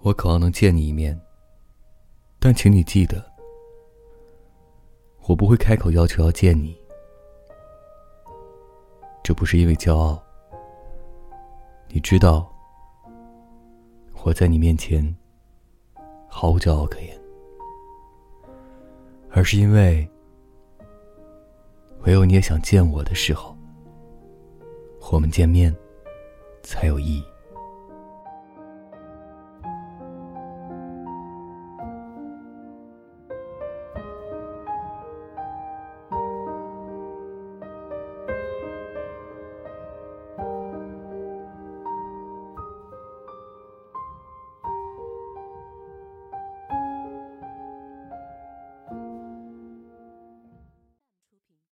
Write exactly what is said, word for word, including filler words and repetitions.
我渴望能见你一面，但请你记得，我不会开口要求要见你。这不是因为骄傲，你知道，我在你面前毫无骄傲可言，而是因为唯有你也想见我的时候，我们见面才有意义。